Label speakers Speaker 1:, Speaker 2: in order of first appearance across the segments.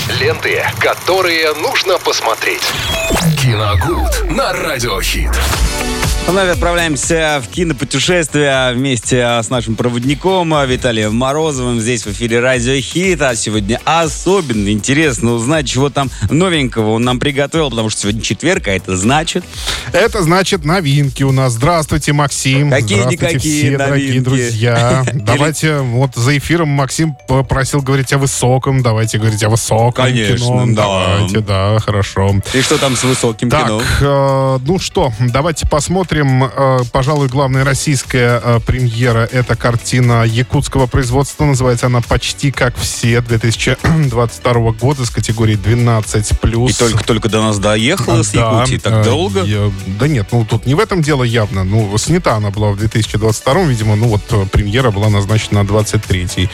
Speaker 1: Ленты, которые нужно посмотреть. Киногуд на Радиохит.
Speaker 2: Вновь отправляемся в кинопутешествие вместе с нашим проводником Виталием Морозовым. Здесь в эфире Радио Хит. А сегодня особенно интересно узнать, чего там новенького он нам приготовил, потому что сегодня четверг, а это значит...
Speaker 3: Это значит новинки у нас. Здравствуйте, Максим.
Speaker 2: Какие-никакие
Speaker 3: все
Speaker 2: новинки.
Speaker 3: Дорогие друзья. Давайте, вот за эфиром Максим попросил говорить о высоком. Давайте говорить о высоком
Speaker 2: Конечно,
Speaker 3: кино.
Speaker 2: да.
Speaker 3: Давайте, да, хорошо.
Speaker 2: И что там с высоким кино?
Speaker 3: Так, ну что, давайте посмотрим. Пожалуй, главная российская премьера — это картина якутского производства. Называется она «Почти как все», 2022 года, с категории 12+.
Speaker 2: И только-только до нас доехала с Якутии. Так долго?
Speaker 3: Да нет, ну тут не в этом дело явно. Ну, снята она была в 2022, видимо, ну вот премьера была назначена на 23-й.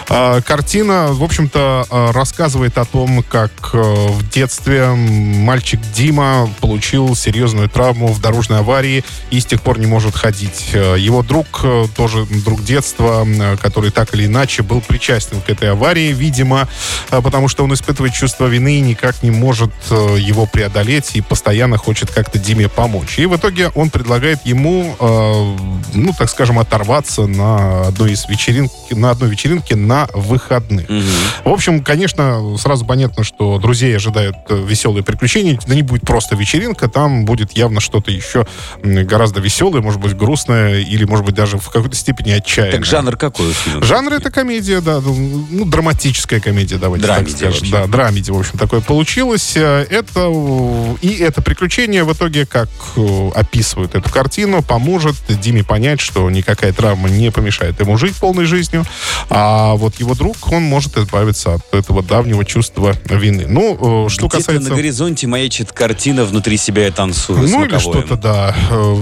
Speaker 3: Картина, в общем-то, рассказывает о том, как в детстве мальчик Дима получил серьезную травму в дорожной аварии и с тех пор не может ходить. Его друг, тоже друг детства, который так или иначе был причастен к этой аварии, видимо, потому что он испытывает чувство вины и никак не может его преодолеть и постоянно хочет как-то Диме помочь. И в итоге он предлагает ему, ну, так скажем, оторваться на одной вечеринке на выходных. В общем, конечно, сразу понятно, что друзей ожидают веселые приключения. Да не будет просто вечеринка, там будет явно что-то еще гораздо веселое, может быть, грустное или, может быть, даже в какой-то степени отчаянное.
Speaker 2: Так жанр какой у фильма?
Speaker 3: Жанр — это комедия, да, ну, драматическая комедия, давайте так скажем. Да, драмеди, в общем, такое получилось. Это приключение в итоге, как описывают эту картину, поможет Диме понять, что никакая травма не помешает ему жить полной жизнью, а вот его друг, он может избавиться от этого давнего чувства вины. Ну, что
Speaker 2: где-то
Speaker 3: касается...
Speaker 2: на горизонте маячит картина «Внутри себя я танцую».
Speaker 3: Ну, или что-то, да.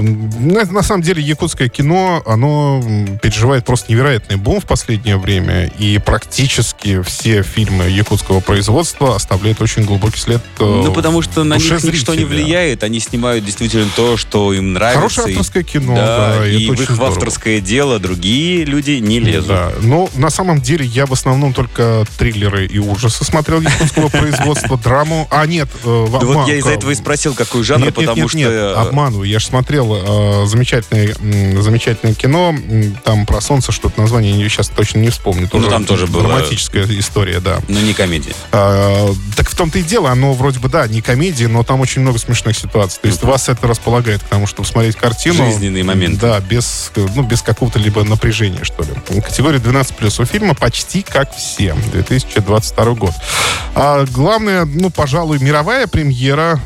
Speaker 3: На самом деле, якутское кино, оно переживает просто невероятный бум в последнее время, и практически все фильмы якутского производства оставляют очень глубокий след.
Speaker 2: Ну, потому что на них
Speaker 3: зрителя.
Speaker 2: ничто не влияет, они снимают действительно то, что им нравится.
Speaker 3: Хорошее авторское кино,
Speaker 2: да, и в их
Speaker 3: здорово.
Speaker 2: авторское дело другие люди не лезут.
Speaker 3: Да, но на самом деле я в основном только триллеры и ужасы смотрел якутского производства, драму. А нет,
Speaker 2: вот я из-за этого и спросил, какой жанр, потому что...
Speaker 3: Нет, обманываю. Я же смотрел замечательное кино, там про солнце что-то, название я сейчас точно не вспомню.
Speaker 2: Ну, там тоже была...
Speaker 3: драматическая история, да.
Speaker 2: Но не комедия.
Speaker 3: Так в том-то и дело, оно вроде бы, да, не комедия, но там очень много смешных ситуаций. То есть вас это располагает к тому, чтобы смотреть картину.
Speaker 2: Жизненный момент.
Speaker 3: Да, без какого-то либо напряжения, что ли. Категория 12+. У фильма «Почти как все», 2022 год. А главное, ну, пожалуй, мировая премьера,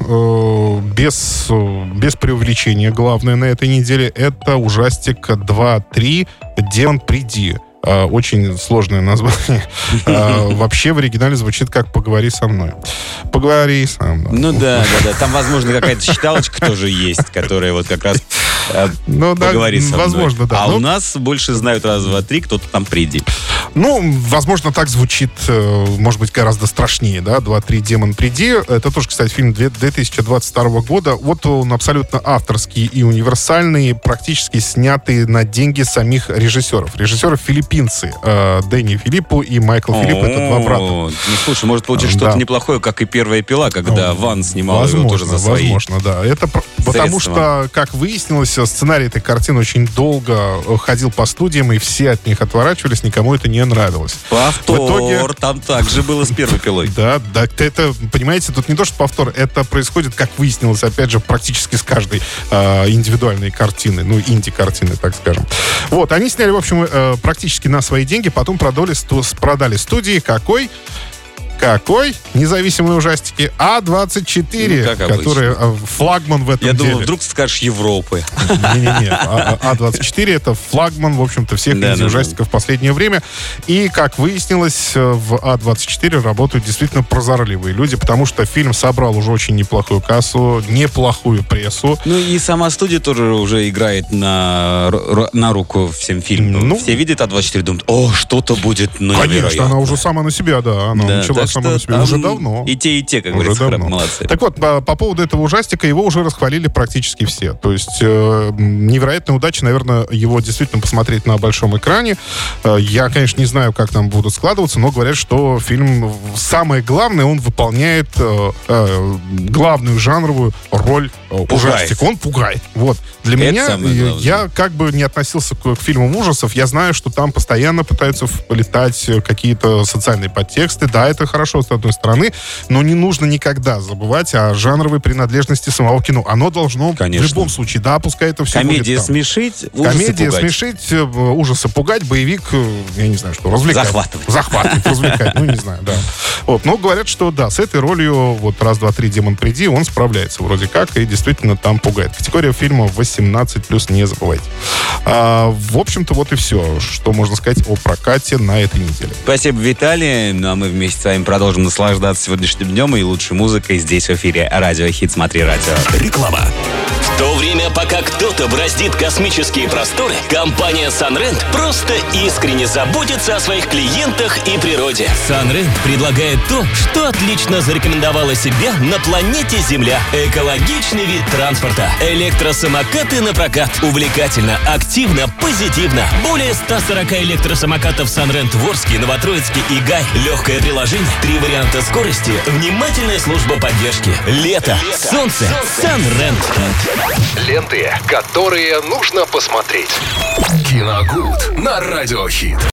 Speaker 3: без преувеличения, главное на этой неделе, это ужастик 2-3 «Демон, приди». Очень сложное название. Вообще в оригинале звучит как «Поговори со мной». Поговори со мной.
Speaker 2: Ну да. Там, возможно, какая-то считалочка тоже есть, которая вот как раз «Поговори со мной».
Speaker 3: Возможно, да.
Speaker 2: А у нас больше знают раз, два, три, кто-то там приди.
Speaker 3: Ну, возможно, так звучит, может быть, гораздо страшнее, да, 2-3 «Демон, приди». Это тоже, кстати, фильм 2022 года. Вот он абсолютно авторский и универсальный, практически снятый на деньги самих режиссеров. Режиссеры филиппинцы. Дэнни Филиппу и Майкл Филипп. Это два брата.
Speaker 2: Ну, слушай, может получиться что-то неплохое, как и «Первая пила», когда Ван снимал его тоже за свои
Speaker 3: Возможно, да. Это потому что, как выяснилось, сценарий этой картины очень долго ходил по студиям, и все от них отворачивались, никому это не нравилось.
Speaker 2: Повтор,
Speaker 3: в итоге...
Speaker 2: там также было с «Первой пилой».
Speaker 3: Да, это, понимаете, тут не то, что повтор, это происходит, как выяснилось, опять же, практически с каждой индивидуальной картины, ну, инди-картины, так скажем. Вот, они сняли, в общем, практически на свои деньги, потом продали студии. Какой? Независимые ужастики А24,
Speaker 2: ну,
Speaker 3: который флагман в этом
Speaker 2: деле.
Speaker 3: Я думал,
Speaker 2: вдруг ты скажешь Европы.
Speaker 3: Не-не-не. А24 это флагман, в общем-то, всех инди-ужастиков в последнее время. И, как выяснилось, в А24 работают действительно прозорливые люди, потому что фильм собрал уже очень неплохую кассу, неплохую прессу.
Speaker 2: Ну и сама студия тоже уже играет на руку всем фильмам. Все видят А24 и думают, что-то будет невероятно.
Speaker 3: Конечно, она уже сама на себя, да. Она начала «Голос самого себе» уже давно.
Speaker 2: И те, как
Speaker 3: уже
Speaker 2: говорится,
Speaker 3: давно.
Speaker 2: молодцы.
Speaker 3: Так вот, по поводу этого ужастика, его уже расхвалили практически все. То есть невероятная удача, наверное, его действительно посмотреть на большом экране. Я, конечно, не знаю, как там будут складываться, но говорят, что фильм, самое главное, он выполняет главную жанровую роль ужастика. Он пугает. Вот. Для меня, я как бы не относился к фильмам ужасов, я знаю, что там постоянно пытаются вплетать какие-то социальные подтексты. Да, это хорошо, с одной стороны, но не нужно никогда забывать о жанровой принадлежности самого кино. Оно должно, конечно, в любом случае, да, пускай это все
Speaker 2: комедия
Speaker 3: будет там.
Speaker 2: Смешить, ужасы
Speaker 3: комедия
Speaker 2: пугать.
Speaker 3: Смешить, ужасы пугать, боевик, я не знаю, что, развлекать. Захватывать, развлекать, ну, не знаю, да. Вот, но говорят, что да, с этой ролью, вот, раз, два, три, демон, приди, он справляется вроде как, и действительно там пугает. Категория фильма 18+, не забывайте. В общем-то, вот и все, что можно сказать о прокате на этой неделе.
Speaker 2: Спасибо, Виталий. Ну, а мы вместе с вами продолжим наслаждаться сегодняшним днем и лучшей музыкой здесь в эфире Радио Хит. Смотри радио.
Speaker 1: Реклама.
Speaker 4: В то время, пока кто-то бороздит космические просторы, компания Sunrent просто искренне заботится о своих клиентах и природе. Sunrent предлагает то, что отлично зарекомендовало себя на планете Земля. Экологичный вид транспорта. Электросамокаты на прокат. Увлекательно, активно, позитивно. Более 140 электросамокатов Sunrent в Орске, Новотроицке и Гай. Легкое приложение, 3 варианта скорости, внимательная служба поддержки. Лето, солнце, Sunrent.
Speaker 1: Ленты, которые нужно посмотреть. Киногуд на Радио Хит.